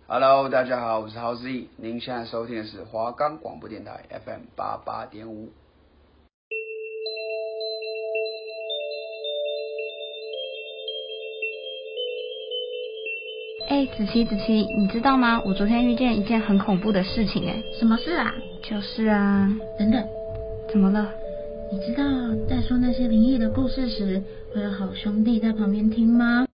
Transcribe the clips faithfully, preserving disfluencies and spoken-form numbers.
Hello， 大家好，我是 Howzy， 您现在收听的是华冈广播电台 F M 八八点五。 哎、欸，子琪子琪，你知道吗？我昨天遇见一件很恐怖的事情哎、欸。 什么事啊？ 就是啊。 等等， 怎么了？ 你知道在说那些灵异的故事时，会有好兄弟在旁边听吗？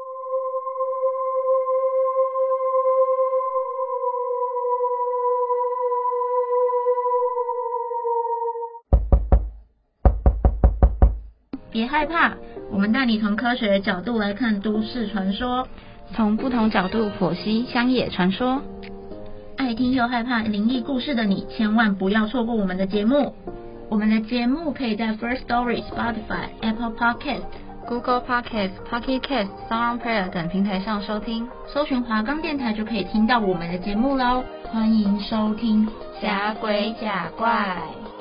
别害怕，我们带你从科学角度来看都市传说， 从不同角度剖析乡野传说。 爱听又害怕灵异故事的你，千万不要错过我们的节目。我们的节目可以在 First Story、Spotify、Apple Podcast、Google Podcast、Pocket Cast、SoundPlayer 等平台上收听， 搜寻华冈电台就可以听到我们的节目喽。欢迎收听假鬼假怪。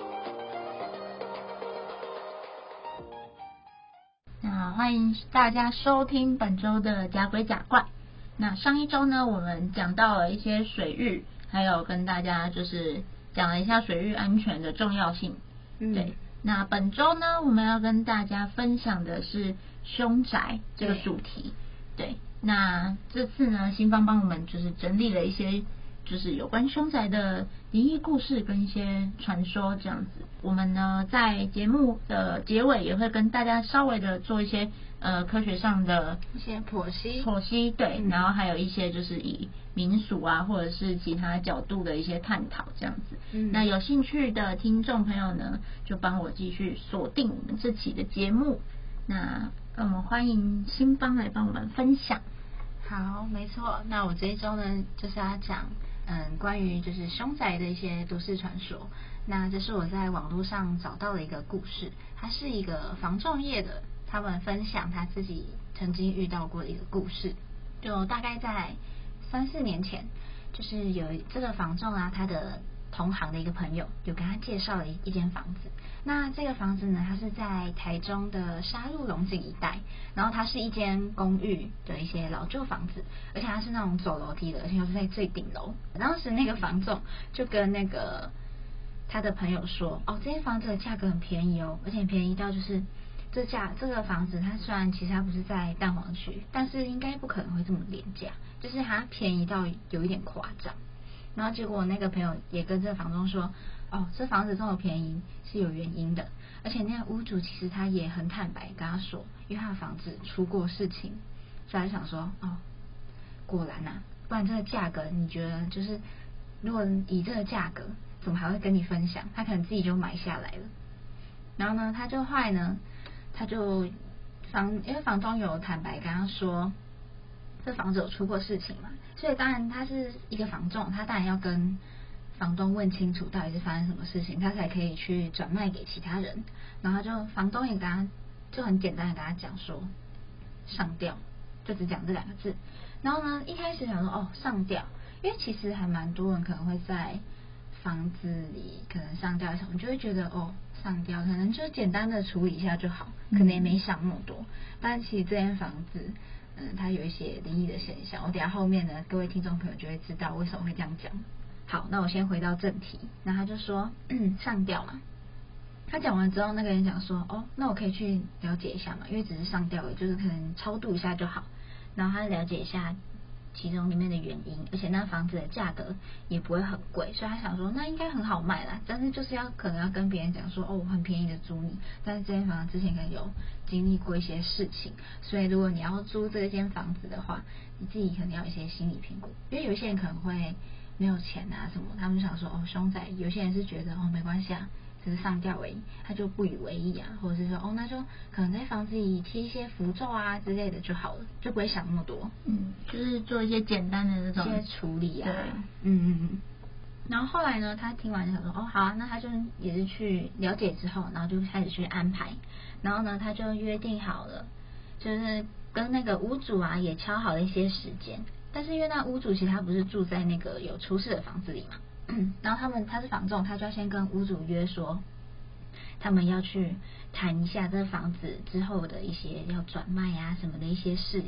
那欢迎大家收听本周的假鬼假怪。那上一周呢，我们讲到了一些水域，还有跟大家就是讲了一下水域安全的重要性。 嗯、 对。那本周呢，我们要跟大家分享的是凶宅这个主题。对。对那这次呢，新芳帮我们就是整理了一些就是有关凶宅的灵异故事跟一些传说这样子。我们呢在节目的结尾也会跟大家稍微的做一些呃科学上的一些剖析剖析对、嗯、然后还有一些就是以民俗啊或者是其他角度的一些探讨这样子。嗯、那有兴趣的听众朋友呢，就帮我继续锁定我们这期的节目。那我们欢迎新芳来帮我们分享。 好，没错。那我这一周呢，就是要讲嗯关于就是凶宅的一些都市传说。那这是我在网络上找到的一个故事，它是一个房仲业的，他们分享他自己曾经遇到过的一个故事。就大概在三四年前，就是有这个房仲啊，他的同行的一个朋友有跟他介绍了一一间房子。那这个房子呢，它是在台中的沙鹿龙井一带，然后它是一间公寓的一些老旧房子，而且它是那种走楼梯的，而且又是在最顶楼。当时那个房仲就跟那个他的朋友说，哦，这间房子的价格很便宜哦，而且便宜到就是这价这个房子它虽然其实它不是在蛋黄区，但是应该不可能会这么廉价，就是它便宜到有一点夸张。然后结果那个朋友也跟这个房东说，哦，这房子这么便宜是有原因的，而且那个屋主其实他也很坦白跟他说，因为他的房子出过事情，所以他就想说，哦，果然啊，不然这个价格你觉得就是如果以这个价格怎么还会跟你分享，他可能自己就买下来了。然后呢他就后来呢他就房因为房东有坦白跟他说这房子有出过事情嘛，所以当然他是一个房仲，他当然要跟房东问清楚到底是发生什么事情，他才可以去转卖给其他人。然后就房东也跟他就很简单的跟他讲说上吊，就只讲这两个字。然后呢一开始想说哦上吊，因为其实还蛮多人可能会在房子里可能上吊什么，就会觉得哦上吊可能就简单的处理一下就好，可能也没想那么多。嗯、但其实这间房子嗯，它有一些灵异的现象，我等一下后面呢，各位听众朋友就会知道为什么会这样讲。好，那我先回到正题。那他就说，嗯，上吊嘛。他讲完之后，那个人讲说，哦，那我可以去了解一下嘛，因为只是上吊而已，就是可能超度一下就好。然后他了解一下其中里面的原因，而且那房子的价格也不会很贵，所以他想说那应该很好卖啦。但是就是要可能要跟别人讲说，哦，我很便宜的租你，但是这间房子之前可能有经历过一些事情，所以如果你要租这间房子的话，你自己可能要有一些心理评估，因为有一些人可能会没有钱啊什么，他们就想说哦凶宅，有些人是觉得哦没关系啊，只是上吊而已，他就不以为意啊，或者是说哦那就可能在房子里贴一些符咒啊之类的就好了，就不会想那么多。 嗯，就是做一些简单的这种一些处理啊。 对， 嗯嗯嗯。然后后来呢，他听完就想说，哦好啊，那他就也是去了解之后，然后就开始去安排。然后呢，他就约定好了，就是跟那个屋主啊也敲好了一些时间。但是因为那屋主其实他不是住在那个有出事的房子里嘛，然后他们他是房仲，他就要先跟屋主约说，他们要去谈一下这个房子之后的一些要转卖啊什么的一些事宜。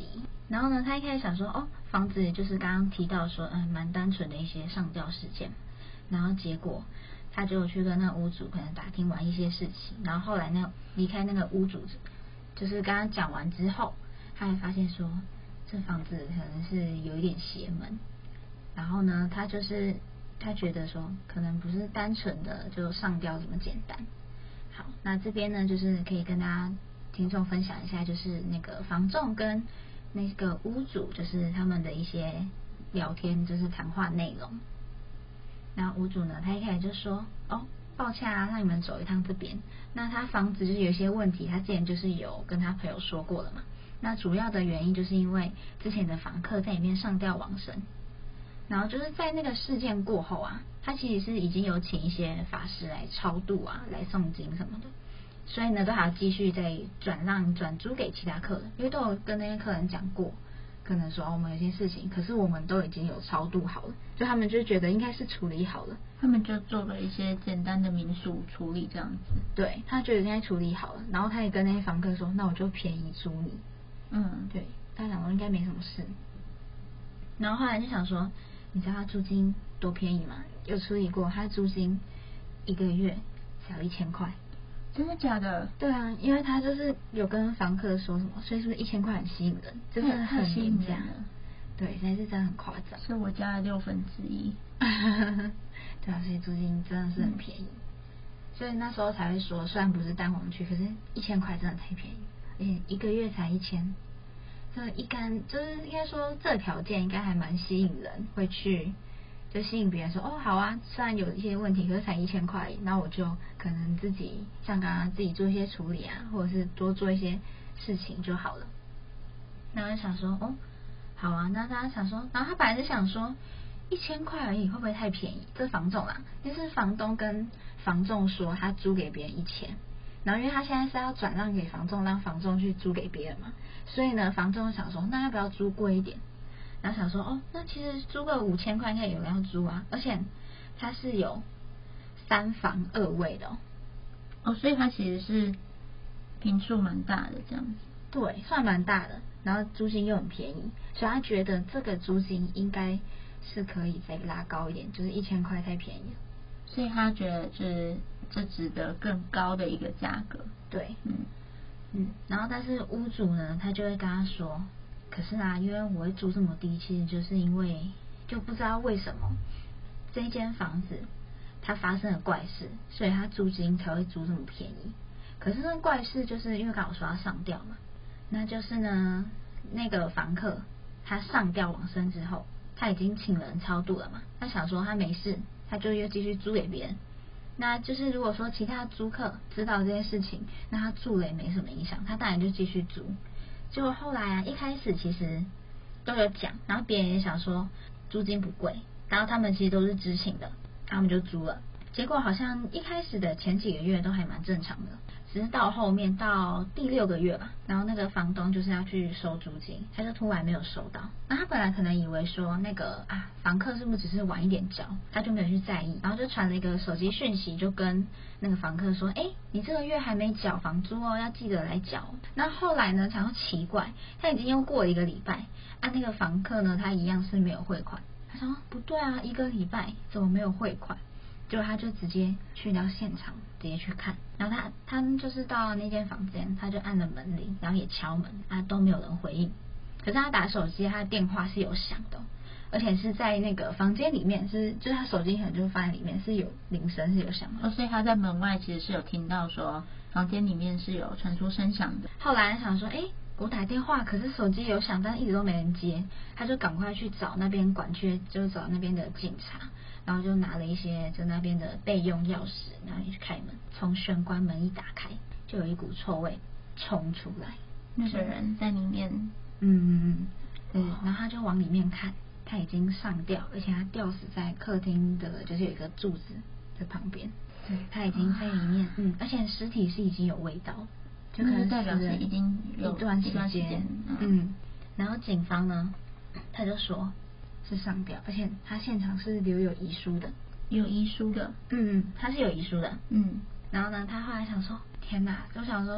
然后呢，他一开始想说，哦，房子就是刚刚提到说，嗯，蛮单纯的一些上吊事件。然后结果他就去跟那屋主可能打听完一些事情，然后后来那离开那个屋主，就是刚刚讲完之后，他还发现说，这房子可能是有一点邪门。然后呢，他就是他觉得说，可能不是单纯的就上吊这么简单。好，那这边呢，就是可以跟大家听众分享一下，就是那个房仲跟那个屋主，就是他们的一些聊天，就是谈话内容。然后屋主呢，他一开始就说，哦，抱歉啊，让你们走一趟这边。那他房子就是有一些问题，他之前就是有跟他朋友说过了嘛。那主要的原因就是因为之前的房客在里面上吊往生。然后就是在那个事件过后啊，他其实是已经有请一些法师来超度啊，来诵经什么的，所以呢都还要继续再转让转租给其他客人，因为都有跟那些客人讲过，可能说、哦、我们有些事情，可是我们都已经有超度好了，就他们就觉得应该是处理好了， 他们就做了一些简单的民俗处理这样子。 对，他觉得应该处理好了，然后他也跟那些房客说，那我就便宜租你。 嗯， 对，他想说应该没什么事，然后后来就想说，你知道他租金多便宜吗？有处理过，他租金一个月才有一千块。 真的假的？ 对啊，因为他就是有跟房客说什么，所以是不是一千块很吸引人？就是很吸引廉价人了。 对，才是真的很夸张。 是我家的六分之一。 对啊，所以租金真的是很便宜。嗯、所以那时候才会说，虽然不是蛋黄区，可是一千块真的太便宜，而且一个月才一千。这一干就是应该说这条件应该还蛮吸引人，会去就吸引别人说哦好啊，虽然有一些问题，可是才一千块，那我就可能自己像刚刚自己做一些处理啊，或者是多做一些事情就好了。然后就想说哦好啊，那大家想说，然后他本来是想说一千块而已会不会太便宜？这房仲啦，就是房东跟房仲说他租给别人一千。然后因为他现在是要转让给房仲，让房仲去租给别人嘛，所以呢，房仲想说，那要不要租贵一点？然后想说，哦，那其实租个五千块应该有人要租啊，而且它是有三房二卫的哦。 哦，所以它其实是坪数蛮大的这样子。 对，算蛮大的，然后租金又很便宜，所以他觉得这个租金应该是可以再拉高一点，就是一千块太便宜了。 所以他觉得就是这值得更高的一个价格。 对， 嗯嗯，然后但是屋主呢，他就会跟他说，可是啊，因为我会租这么低，其实就是因为就不知道为什么这间房子它发生了怪事，所以它租金才会租这么便宜。可是那怪事就是因为刚好说要上吊嘛，那就是呢，那个房客他上吊往生之后，他已经请人超度了嘛，他想说他没事，他就又继续租给别人。那就是如果说其他租客知道这件事情，那他住了也没什么影响，他当然就继续租。结果后来啊，一开始其实都有讲，然后别人也想说租金不贵，然后他们其实都是知情的，他们就租了。结果好像一开始的前几个月都还蛮正常的，只是到后面到第六个月吧，然后那个房东就是要去收租金，他就突然没有收到。那他本来可能以为说那个啊房客是不是只是晚一点交，他就没有去在意，然后就传了一个手机讯息，就跟那个房客说，哎，你这个月还没缴房租哦，要记得来缴。那后来呢，想要奇怪，他已经又过了一个礼拜，啊那个房客呢，他一样是没有汇款。他说不对啊，一个礼拜怎么没有汇款？结果他就直接去到现场，直接去看，然后他他就是到那间房间，他就按了门铃，然后也敲门，啊都没有人回应。可是他打手机，他的电话是有响的，而且是在那个房间里面，是就是他手机可能就放在里面，是有铃声是有响的。 哦，所以他在门外其实是有听到说房间里面是有传出声响的。 后来想说，哎，我打电话，可是手机有响，但是一直都没人接，他就赶快去找那边管区，就找那边的警察。然后就拿了一些就那边的备用钥匙，然后也去开门，从玄关门一打开，就有一股臭味冲出来， 那个人在里面， 嗯嗯嗯，对，然后他就往里面看，他已经上吊，而且他吊死在客厅的，就是有一个柱子在旁边，对，他已经在里面，嗯，而且尸体是已经有味道，就可能代表是已经有一段时间， 间，嗯，然后警方呢，他就说。是上吊，而且他现场是留有遗书的， 有遗书的， 嗯，他是有遗书的， 嗯， 然后呢，他后来想说，天哪，我想说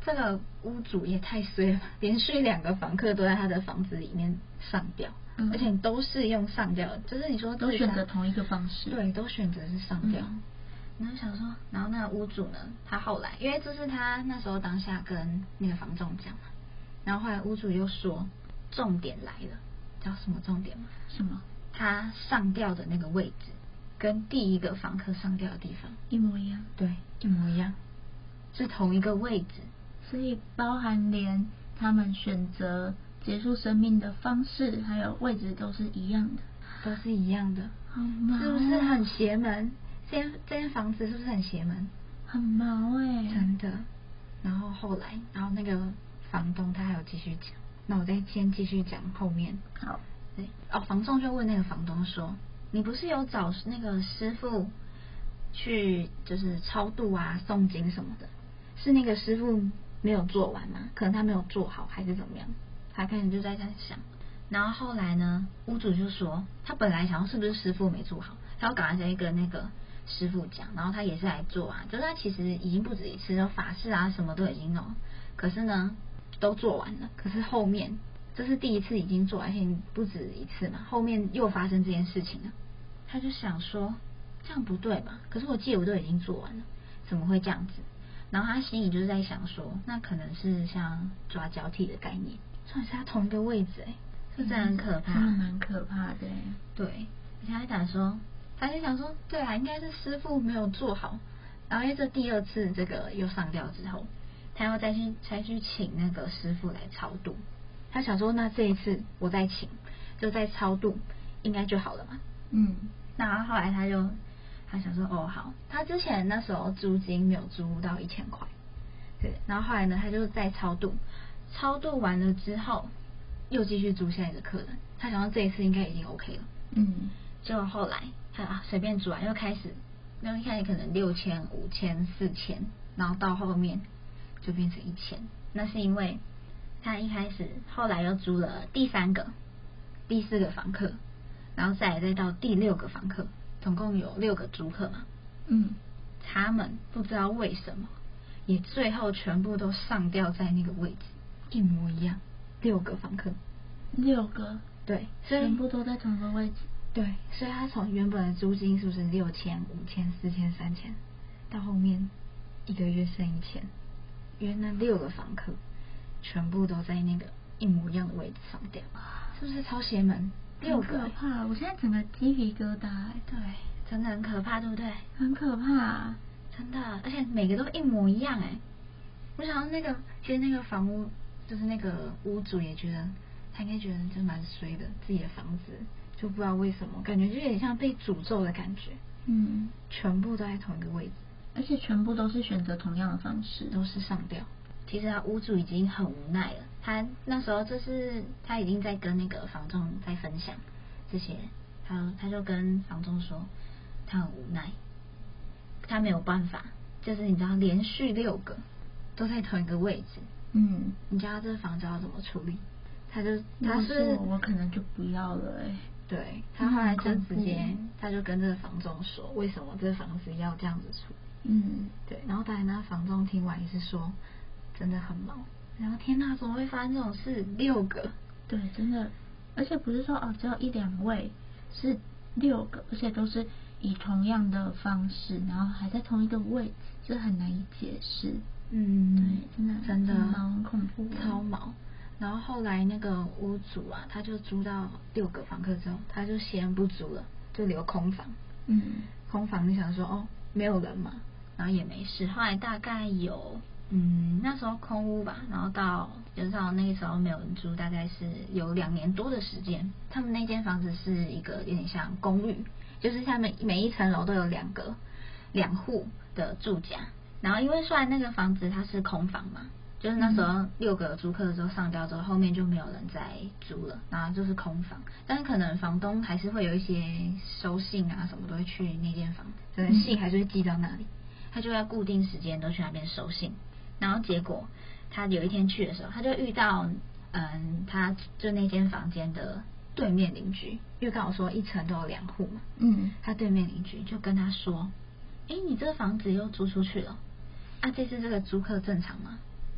这个屋主也太衰了，连续两个房客都在他的房子里面上吊，嗯、而且都是用上吊的，就是你说都选择同一个方式， 对，都选择是上吊。 嗯然后想说，然后那个屋主呢，他后来因为这是他那时候当下跟那个房仲讲嘛，然后后来屋主又说，重点来了，知道什么重点吗？ 什么？ 他上吊的那个位置跟第一个房客上吊的地方一模一样， 对，一模一样，是同一个位置， 所以包含连他们选择结束生命的方式还有位置都是一样的， 都是一样的， 好毛啊， 是不是很邪门？这间这间房子是不是很邪门？ 很毛哎、欸， 真的。然后后来，然后那个房东他还有继续讲，那我再先继续讲后面。 好， 对哦，房仲就问那个房东说：“你不是有找那个师傅去就是超度啊、诵经什么的？是那个师傅没有做完吗？可能他没有做好，还是怎么样？”他开始就在这样想。然后后来呢，屋主就说，他本来想要是不是师傅没做好，他要赶快再跟那个师傅讲，然后他也是来做啊，就是他其实已经不止一次，就法事啊什么都已经弄，可是呢都做完了，可是后面这是第一次已经做完，而且不止一次嘛，后面又发生这件事情了，他就想说这样不对吧？可是我记得我都已经做完了，怎么会这样子？然后他心里就是在想说，那可能是像抓交替的概念，算是他同一个位置哎、欸。是真的很可怕， 真的蛮可怕的。 对，而且他想说，他就想说，对啊，应该是师傅没有做好。然后因为这第二次这个又上吊之后，他要再去再去请那个师傅来超度。他想说，那这一次我再请，就再超度，应该就好了嘛。 嗯， 那后来他就他想说，哦好，他之前那时候租金没有租到一千块，对，然后后来呢，他就再超度，超度完了之后。又继续租下一个客人，他想到这一次应该已经 OK 了， 嗯， 结果后来他啊随便租完又开始，又一开始可能六千、五千、四千，然后到后面就变成一千，那是因为他一开始后来又租了第三个、第四个房客，然后再来再到第六个房客，总共有六个租客嘛， 嗯， 他们不知道为什么，也最后全部都上吊在那个位置，一模一样。六个房客， 六个， 对，所以全部都在同一个位置。 对，所以他从原本的租金是不是六千、五千、四千、三千，到后面一个月剩一千，因为那六个房客全部都在那个一模一样的位置上吊，是不是超邪门？六个， 很可怕！我现在整个鸡皮疙瘩、欸。 对，真的很可怕，对不对？ 很可怕， 真的，而且每个都一模一样哎。我想到那个，其实那个房屋。就是那个屋主也觉得，他应该觉得真蛮衰的，自己的房子就不知道为什么，感觉就有点像被诅咒的感觉。 嗯， 全部都在同一个位置， 而且全部都是选择同样的方式， 都是上吊。其实他屋主已经很无奈了，他那时候就是他已经在跟那个房仲在分享这些，他他就跟房仲说，他很无奈，他没有办法，就是你知道连续六个都在同一个位置。 嗯， 你知道这个房子要怎么处理？他就他是我可能就不要了哎、欸。 对，他后来就直接他就跟这个房仲说，为什么这个房子要这样子处理？ 嗯， 对，然后当然那房仲听完也是说，真的很毛。然后天哪，怎么会发生这种事？六个， 对，真的，而且不是说哦只有一两位，是六个，而且都是以同样的方式，然后还在同一个位置，这很难以解释。 嗯， 对，真的真的很毛，很恐怖， 超毛。然后后来那个屋主啊，他就租到六个房客之后，他就先不租了，就留空房。 嗯， 空房就想说哦，没有人嘛，然后也没事。后来大概有嗯那时候空屋吧，然后到就是到那个时候没有人住，大概是有两年多的时间。他们那间房子是一个有点像公寓，就是下面每一层楼都有两个两户的住家。然后因为虽然那个房子它是空房嘛，就是那时候六个租客之后上吊之后，后面就没有人再租了，然后就是空房。但是可能房东还是会有一些收信啊什么都会去那间房，可能信还是会寄到那里，他就要固定时间都去那边收信。然后结果他有一天去的时候，他就遇到嗯，他就那间房间的对面邻居，因为刚好说一层都有两户嘛， 嗯， 他对面邻居就跟他说，哎，你这个房子又租出去了。啊，这次这个租客正常吗？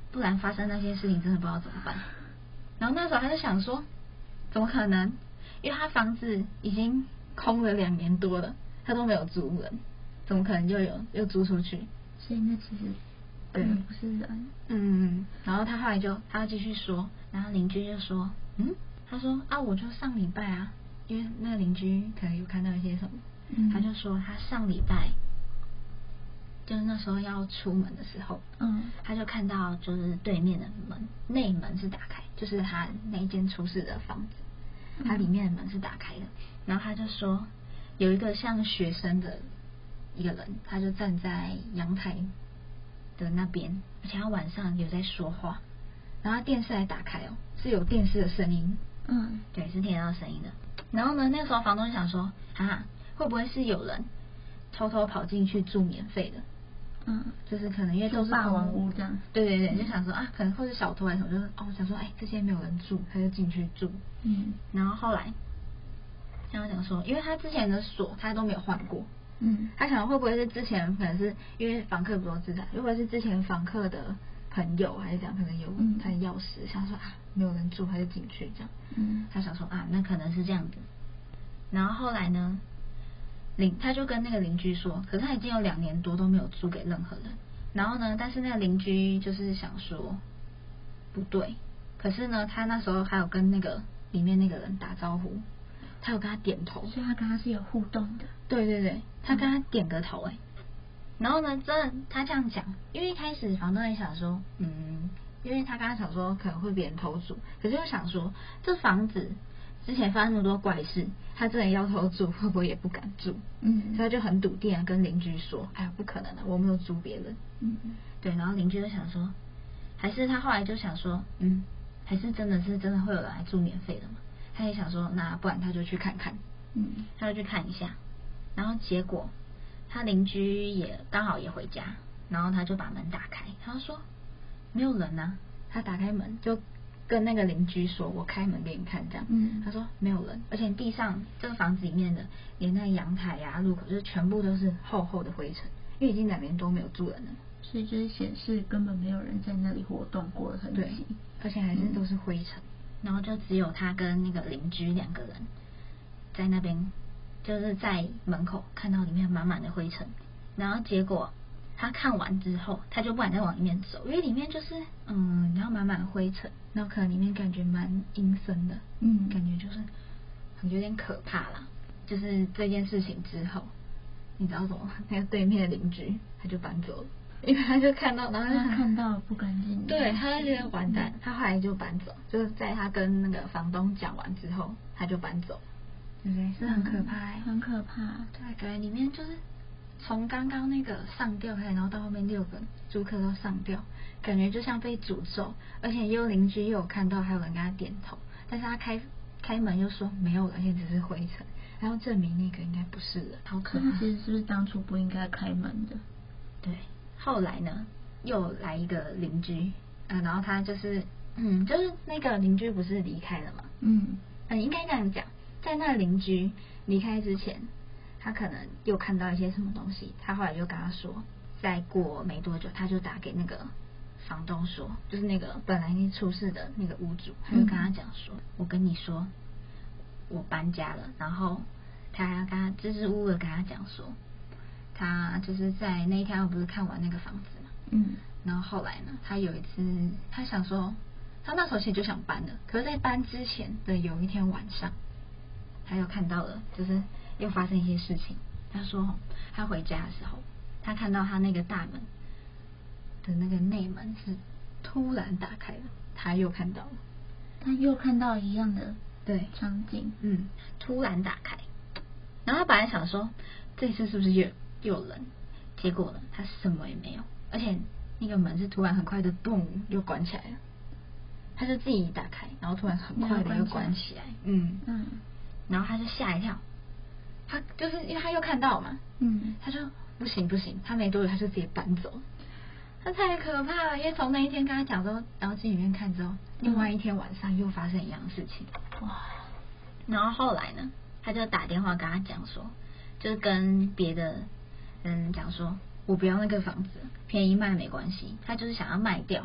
不然发生那些事情真的不知道怎么办。然后那时候他就想说，怎么可能？因为他房子已经空了两年多了，他都没有租人，怎么可能就有又租出去？ 所以那其实对根本不是人。 嗯，然后他后来就他继续说，然后邻居就说，嗯，他说啊，我就上礼拜啊，因为那个邻居可能有看到一些什么， 嗯他就说他上礼拜就是那时候要出门的时候， 嗯， 他就看到就是对面的门内门是打开，就是他那一间出事的房子，它里面的门是打开的，然后他就说有一个像学生的一个人，他就站在阳台的那边，而且他晚上有在说话，然后他电视还打开哦，是有电视的声音， 嗯， 对，是听得到声音的。然后呢，那个时候房东就想说，啊，会不会是有人偷偷跑进去住免费的？ 嗯， 就是可能因为都是霸王空屋这样。 对对对，就想说啊，可能或者小偷还是什么，就是哦，想说哎，这些没有人住，他就进去住。 嗯， 然后后来，他就讲说，因为他之前的锁他都没有换过， 嗯， 他想会不会是之前可能是因为房客不都自杀，如果是之前房客的朋友还是这样，可能有他的钥匙，想说啊没有人住他就进去这样。 嗯， 他想说啊，那可能是这样子。然后后来呢？邻他就跟那个邻居说，可是他已经有两年多都没有租给任何人。然后呢，但是那个邻居就是想说不对，可是呢，他那时候还有跟那个里面那个人打招呼，他有跟他点头， 所以他跟他是有互动的。 对对对，他跟他点个头哎、欸。然后呢，真的他这样讲，因为一开始房东也想说，嗯，因为他刚刚想说可能会别人偷住，可是又想说这房子之前发生那么多怪事，他真的要偷住，会不会也不敢住？ 嗯， 所以他就很笃定啊，跟邻居说：“哎呀，不可能的、啊，我没有租别人。” 嗯， 对。然后邻居就想说，还是他后来就想说，嗯，还是真的是真的会有人来住免费的嘛？他也想说，那不然他就去看看。 嗯， 他就去看一下，然后结果他邻居也刚好也回家，然后他就把门打开，他就说没有人啊。他打开门就跟那个邻居说，我开门给你看这样。 嗯， 他说没有人，而且地上这个房子里面的连那阳台啊入口就是全部都是厚厚的灰尘，因为已经两年多没有住人了， 所以就是显示根本没有人在那里活动过的痕迹。 对，而且还是都是灰尘、嗯、然后就只有他跟那个邻居两个人在那边，就是在门口看到里面满满的灰尘，然后结果他看完之后，他就不敢再往里面走，因为里面就是嗯，然后满满灰尘，然后可能里面感觉蛮阴森的， 嗯， 感觉就是很有点可怕啦。就是这件事情之后，你知道什么？那个对面的邻居他就搬走了，因为他就看到，然后他看到不干净， 对，他就觉得完蛋，他后来就搬走，就是在他跟那个房东讲完之后，他就搬走，对不对？是很可怕、欸嗯，很可怕。 对，感觉里面就是从刚刚那个上吊开始，然后到后面六个租客都上吊，感觉就像被诅咒，而且又邻居又有看到，还有人跟他点头，但是他开开门又说没有人，而且只是灰尘，然后证明那个应该不是人，好可怕。 他其实是不是当初不应该开门的？ 对，后来呢，又来一个邻居，呃，然后他就是，嗯，就是那个邻居不是离开了嘛， 嗯， 嗯，应该这样讲，在那个邻居离开之前，他可能又看到一些什么东西，他后来就跟他说，再过没多久，他就打给那个房东说，就是那个本来那出事的那个屋主，他就跟他讲说，嗯、我跟你说，我搬家了，然后他还要跟他支支吾吾的跟他讲说，他就是在那一天，不是看完那个房子嘛， 嗯， 然后后来呢，他有一次，他想说，他那时候其实就想搬了，可是在搬之前的有一天晚上，他又看到了，就是又发生一些事情。他说他回家的时候，他看到他那个大门的那个内门是突然打开了，他又看到了， 他又看到一样的对场景， 嗯，突然打开，然后他本来想说这次是不是又又有人，结果呢，他什么也没有，而且那个门是突然很快的嘣又关起来了，他就自己打开，然后突然很快的又关起来，嗯嗯， 然后他就吓一跳，他就是因为他又看到嘛， 嗯， 他就不行不行，他没多久他就直接搬走，他太可怕了，因为从那一天跟他讲之后，然后进里面看之后，另外一天晚上又发生一样的事情， 哇， 然后后来呢，他就打电话跟他讲说，就是跟别的人讲说，我不要那个房子，便宜卖没关系，他就是想要卖掉，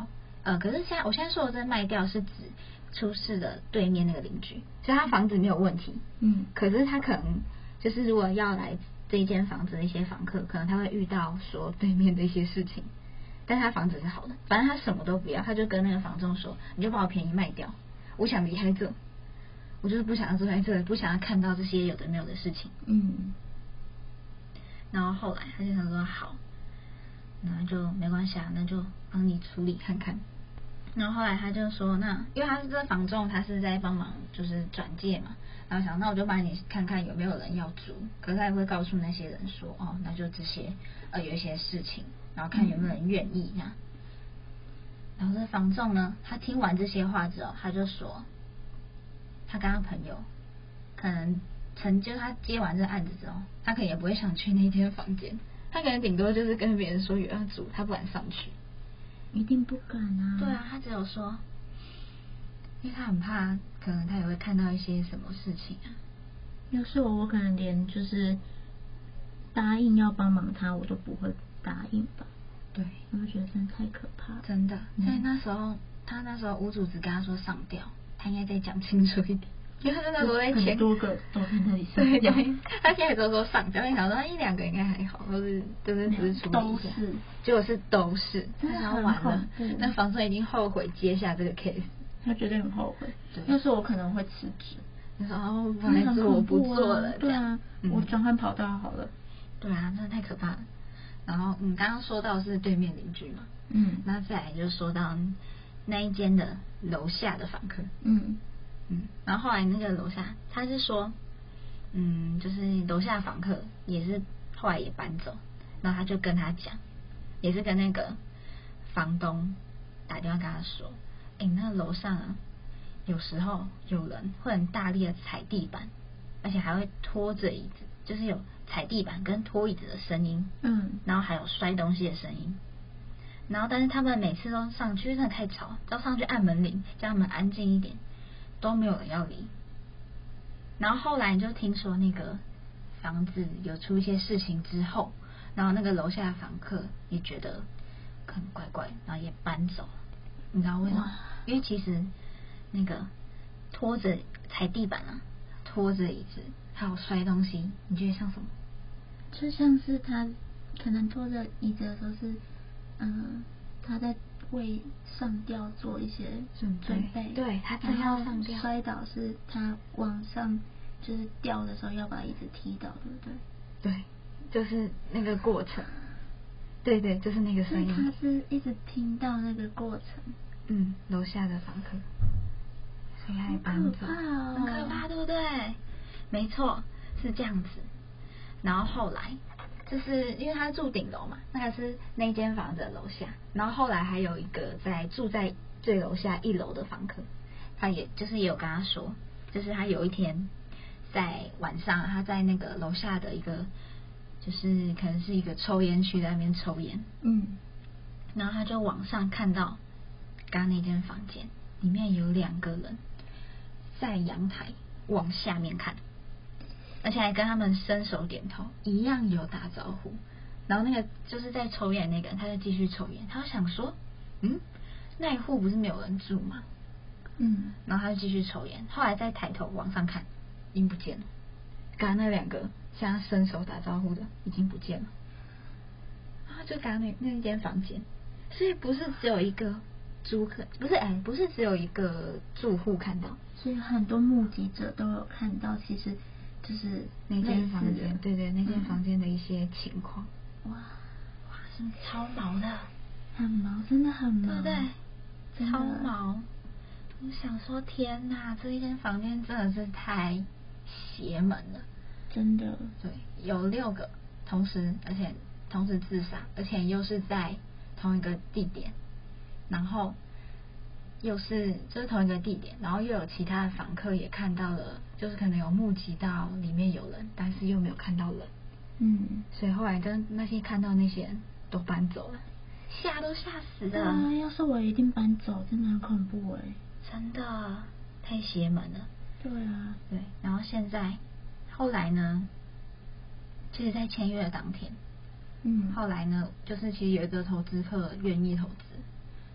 呃，可是现在我现在说的这个卖掉是指出事的对面那个邻居，所以他房子没有问题， 嗯， 可是他可能就是如果要来这一间房子的一些房客，可能他会遇到说对面的一些事情，但他房子是好的，反正他什么都不要，他就跟那个房仲说，你就把我便宜卖掉，我想离开这，我就是不想要住在这，不想要看到这些有的没有的事情。 嗯， 然后后来他就想说好，那就没关系啊，那就帮你处理看看。然后后来他就说，那因为他是这房仲，他是在帮忙就是转介嘛，然后想那我就帮你看看有没有人要租，可是他也会告诉那些人说，哦，那就这些呃有一些事情，然后看有没有人愿意这样。然后这房仲呢，他听完这些话之后，他就说，他跟他朋友可能曾经他接完这案子之后，他可能也不会想去那间房间，他可能顶多就是跟别人说有要租，他不敢上去。 一定不敢啊。 对啊，他只有说，因为他很怕，可能他也会看到一些什么事情啊。 要是我，我可能连就是答应要帮忙他，我都不会答应吧。 对， 我就觉得真的太可怕了。 真的。 嗯所以那时候，他那时候屋主只跟他说上吊，他应该再讲清楚一点。因为他那时候在签很多个都在那里上对吊。 对，他现在都说上吊，你想说他一两个应该还好，都是都是只是处理一下， 都是结果是都是， 真的很他想完了恐怖， 那房东已经后悔接下这个 case， 他绝对很后悔。 对要是我可能会辞职。 你说哦，我真的很来做我恐怖啊不做了， 对啊， 嗯我转换跑道好了。 对啊，真的太可怕了。然后你刚刚说到是对面邻居嘛， 嗯， 那再来就说到那一间的楼下的房客， 嗯嗯，然后后来那个楼下他是说，嗯，就是楼下房客也是后来也搬走，然后他就跟他讲，也是跟那个房东打电话跟他说，哎，那楼上啊，有时候有人会很大力的踩地板，而且还会拖着椅子，就是有踩地板跟拖椅子的声音， 嗯， 然后还有摔东西的声音。然后但是他们每次都上去，真的太吵，都上去按门铃，叫他们安静一点，都没有人要理。然后后来就听说那个房子有出一些事情之后，然后那个楼下的房客也觉得很怪怪，然后也搬走了。你知道为什么？因为其实那个拖着踩地板啊，拖着椅子，还有摔东西，你觉得像什么？ 就像是他可能拖着椅子的时候是，嗯、他在为上吊做一些准准备， 对他正要上吊， 然后摔倒是他往上就是吊的时候要把椅子踢倒，对不对？ 对，就是那个过程。对对，就是那个声音。 所以他是一直听到那个过程。 嗯，楼下的房客，所以他也搬走， 好可怕哦很可怕，对不对？没错，是这样子。然后后来就是因为他住顶楼嘛，那个是那间房子的楼下，然后后来还有一个在住在最楼下一楼的房客，他也就是也有跟他说，就是他有一天在晚上，他在那个楼下的一个就是可能是一个抽烟区，在那边抽烟， 嗯， 然后他就往上看到刚刚那间房间里面有两个人在阳台往下面看，而且还跟他们伸手点头，一样有打招呼。然后那个就是在抽烟的那个人，他就继续抽烟。他就想说，嗯，那一户不是没有人住吗？ 嗯， 然后他就继续抽烟。后来再抬头往上看，已经不见了。刚刚那两个向他伸手打招呼的已经不见了。然后就刚刚那那间房间，所以不是只有一个租客，不是哎，不是只有一个住户看到， 所以很多目击者都有看到，其实就是那间房间， 类似的对对，那间嗯房间的一些情况。 哇哇，真的超毛的， 很毛，真的很毛， 对不对？ 真的超毛。我想说，天哪，这一间房间真的是太邪门了。 真的， 对，有六个同时，而且同时自杀，而且又是在同一个地点，然后又是就是同一个地点，然后又有其他的访客也看到了，就是可能有目击到里面有人，但是又没有看到人。 嗯， 所以后来跟那些看到那些人都搬走了，吓都吓死了。 啊，要是我一定搬走，真的很恐怖哎， 真的太邪门了。 对啊， 对，然后现在后来呢，其实在签约的当天， 嗯， 后来呢，就是其实有一个投资客愿意投资，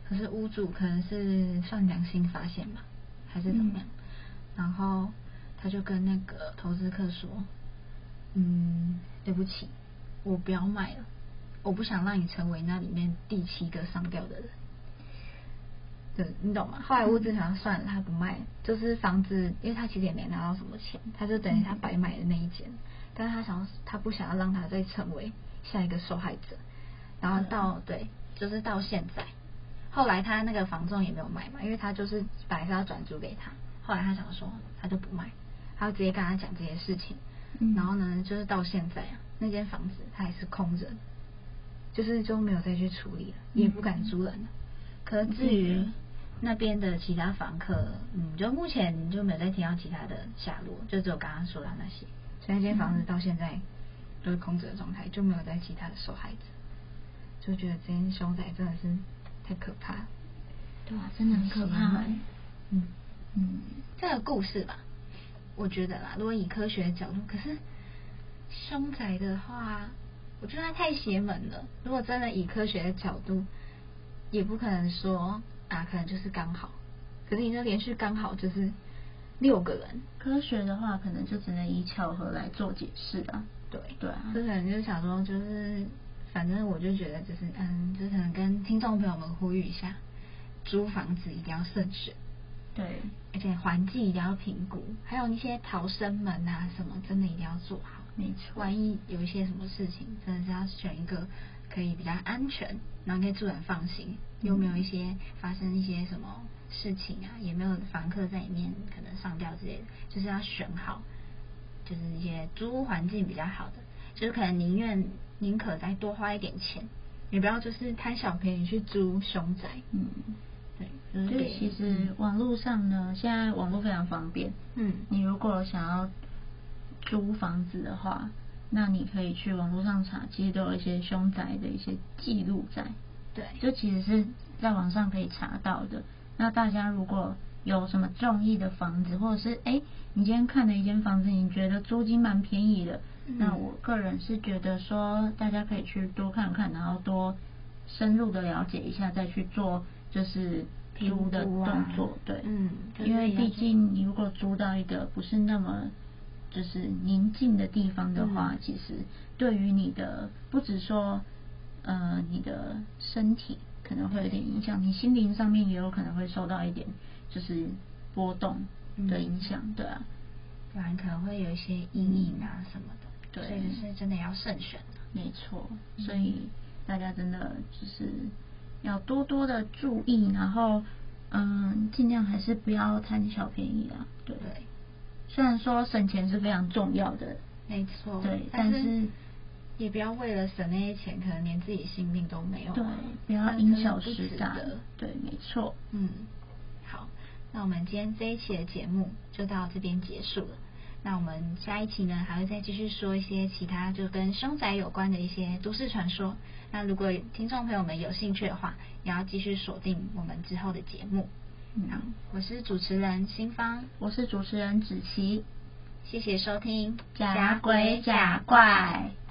可是屋主可能是算良心发现吧，还是怎么样？嗯、然后他就跟那个投资客说：“嗯，对不起，我不要卖了，我不想让你成为那里面第七个上吊的人。”对，你懂吗？后来屋主想算了，他不卖，就是房子，因为他其实也没拿到什么钱，他就等于他白买的那一间，嗯、但是他想他不想要让他再成为下一个受害者，然后到、嗯、对，就是到现在，后来他那个房仲也没有卖嘛，因为他就是本来是要转租给他，后来他想说他就不卖，他就直接跟他讲这些事情，嗯、然后呢，就是到现在啊，那间房子他还是空着，就是就没有再去处理了，嗯、也不敢租人了。可是至于那边的其他房客，嗯，就目前就没有再听到其他的下落，就只有刚刚说到那些，所以那间房子到现在都是空着的状态，就没有再其他的受害者，就觉得这间凶宅真的是太可怕了。 对啊，真的很可怕。 嗯嗯，这个故事吧，我觉得啦，如果以科学的角度，可是凶宅的话，我觉得它太邪门了。如果真的以科学的角度，也不可能说啊，可能就是刚好。可是你这连续刚好就是六个人， 科学的话可能就只能以巧合来做解释啊。 对对啊， 就可能就是想说，就是反正我就觉得就是嗯，就是可能跟听众朋友们呼吁一下，租房子一定要慎选。 对， 而且环境一定要评估，还有一些逃生门啊什么，真的一定要做好。 没错， 万一有一些什么事情，真的是要选一个可以比较安全，然后可以住人放心，又没有一些发生一些什么事情啊，也没有房客在里面可能上吊之类的，就是要选好，就是一些租屋环境比较好的，就是可能宁愿宁可再多花一点钱，也不要就是贪小便宜去租凶宅。 嗯。对，所以其实网络上呢，现在网络非常方便。 嗯， 你如果想要租房子的话，那你可以去网络上查，其实都有一些凶宅的一些记录在。 对， 就其实是在网上可以查到的。那大家如果有什么中意的房子，或者是哎，你今天看了一间房子，你觉得租金蛮便宜的，嗯、那我个人是觉得说，大家可以去多看看，然后多深入的了解一下，再去做。就是租的动作，啊、对， 嗯， 因为毕竟你如果租到一个不是那么就是宁静的地方的话，嗯、其实对于你的不只说呃你的身体可能会有点影响，你心灵上面也有可能会受到一点就是波动的影响，嗯、对啊， 不然可能会有一些阴影啊什么的， 对， 所以就是真的要慎选。 没错，所以大家真的就是要多多的注意，然后嗯，尽量还是不要贪小便宜啦。对， 对， 虽然说省钱是非常重要的， 没错， 对， 但是, 是也不要为了省那些钱，可能连自己性命都没有。 对，不要因小失大。对，没错。 嗯，好，那我们今天这一期的节目就到这边结束了。那我们下一期呢，还会再继续说一些其他就跟凶宅有关的一些都市传说。那如果听众朋友们有兴趣的话，也要继续锁定我们之后的节目。 嗯， 好，我是主持人新芳， 我是主持人子琪， 谢谢收听， 假鬼假怪。